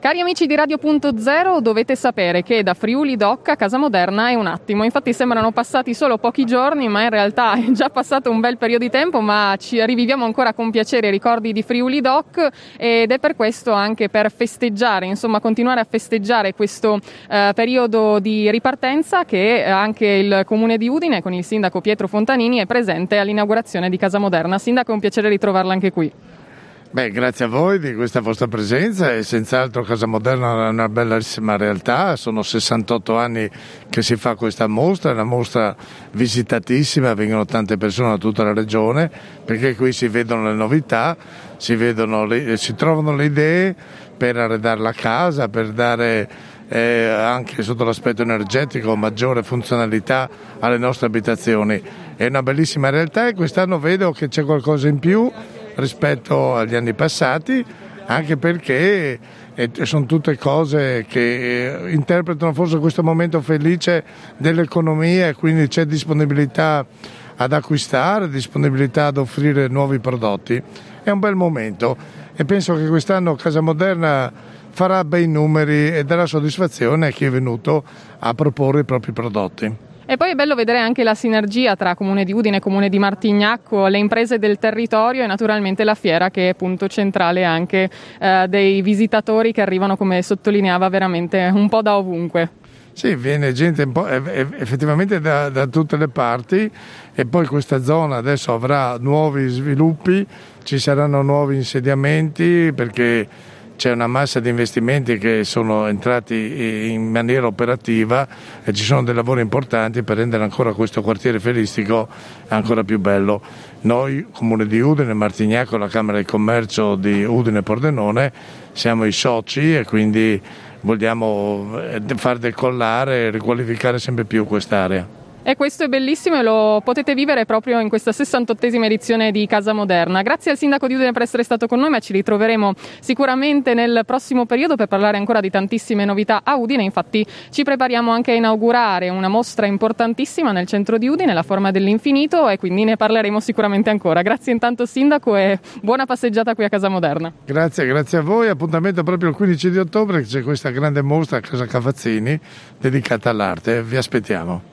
Cari amici di Radio.0, dovete sapere che da Friuli Doc a Casa Moderna è un attimo. Infatti sembrano passati solo pochi giorni, ma in realtà è già passato un bel periodo di tempo, ma ci riviviamo ancora con piacere i ricordi di Friuli Doc, ed è per questo, anche per festeggiare, insomma continuare a festeggiare questo periodo di ripartenza, che anche il Comune di Udine con il sindaco Pietro Fontanini è presente all'inaugurazione di Casa Moderna. Sindaco, è un piacere ritrovarla anche qui. Beh, grazie a voi di questa vostra presenza, e senz'altro Casa Moderna è una bellissima realtà. Sono 68 anni che si fa questa mostra, è una mostra visitatissima, vengono tante persone da tutta la regione, perché qui si vedono le novità, si trovano le idee per arredare la casa, per dare anche sotto l'aspetto energetico maggiore funzionalità alle nostre abitazioni. È una bellissima realtà e quest'anno vedo che c'è qualcosa in più rispetto agli anni passati, anche perché sono tutte cose che interpretano forse questo momento felice dell'economia, e quindi c'è disponibilità ad acquistare, disponibilità ad offrire nuovi prodotti. È un bel momento e penso che quest'anno Casa Moderna farà bei numeri e darà soddisfazione a chi è venuto a proporre i propri prodotti. E poi è bello vedere anche la sinergia tra Comune di Udine, Comune di Martignacco, le imprese del territorio e naturalmente la fiera, che è punto centrale anche dei visitatori che arrivano, come sottolineava, veramente un po' da ovunque. Sì, viene gente un po' effettivamente da tutte le parti, e poi questa zona adesso avrà nuovi sviluppi, ci saranno nuovi insediamenti, perché c'è una massa di investimenti che sono entrati in maniera operativa e ci sono dei lavori importanti per rendere ancora questo quartiere feristico ancora più bello. Noi, Comune di Udine, Martignacco, la Camera di Commercio di Udine e Pordenone, siamo i soci e quindi vogliamo far decollare e riqualificare sempre più quest'area. E questo è bellissimo e lo potete vivere proprio in questa 68esima edizione di Casa Moderna. Grazie al sindaco di Udine per essere stato con noi, ma ci ritroveremo sicuramente nel prossimo periodo per parlare ancora di tantissime novità a Udine. Infatti ci prepariamo anche a inaugurare una mostra importantissima nel centro di Udine, La forma dell'infinito, e quindi ne parleremo sicuramente ancora. Grazie intanto sindaco e buona passeggiata qui a Casa Moderna. Grazie a voi. Appuntamento proprio il 15 di ottobre, c'è questa grande mostra a Casa Cavazzini dedicata all'arte. Vi aspettiamo.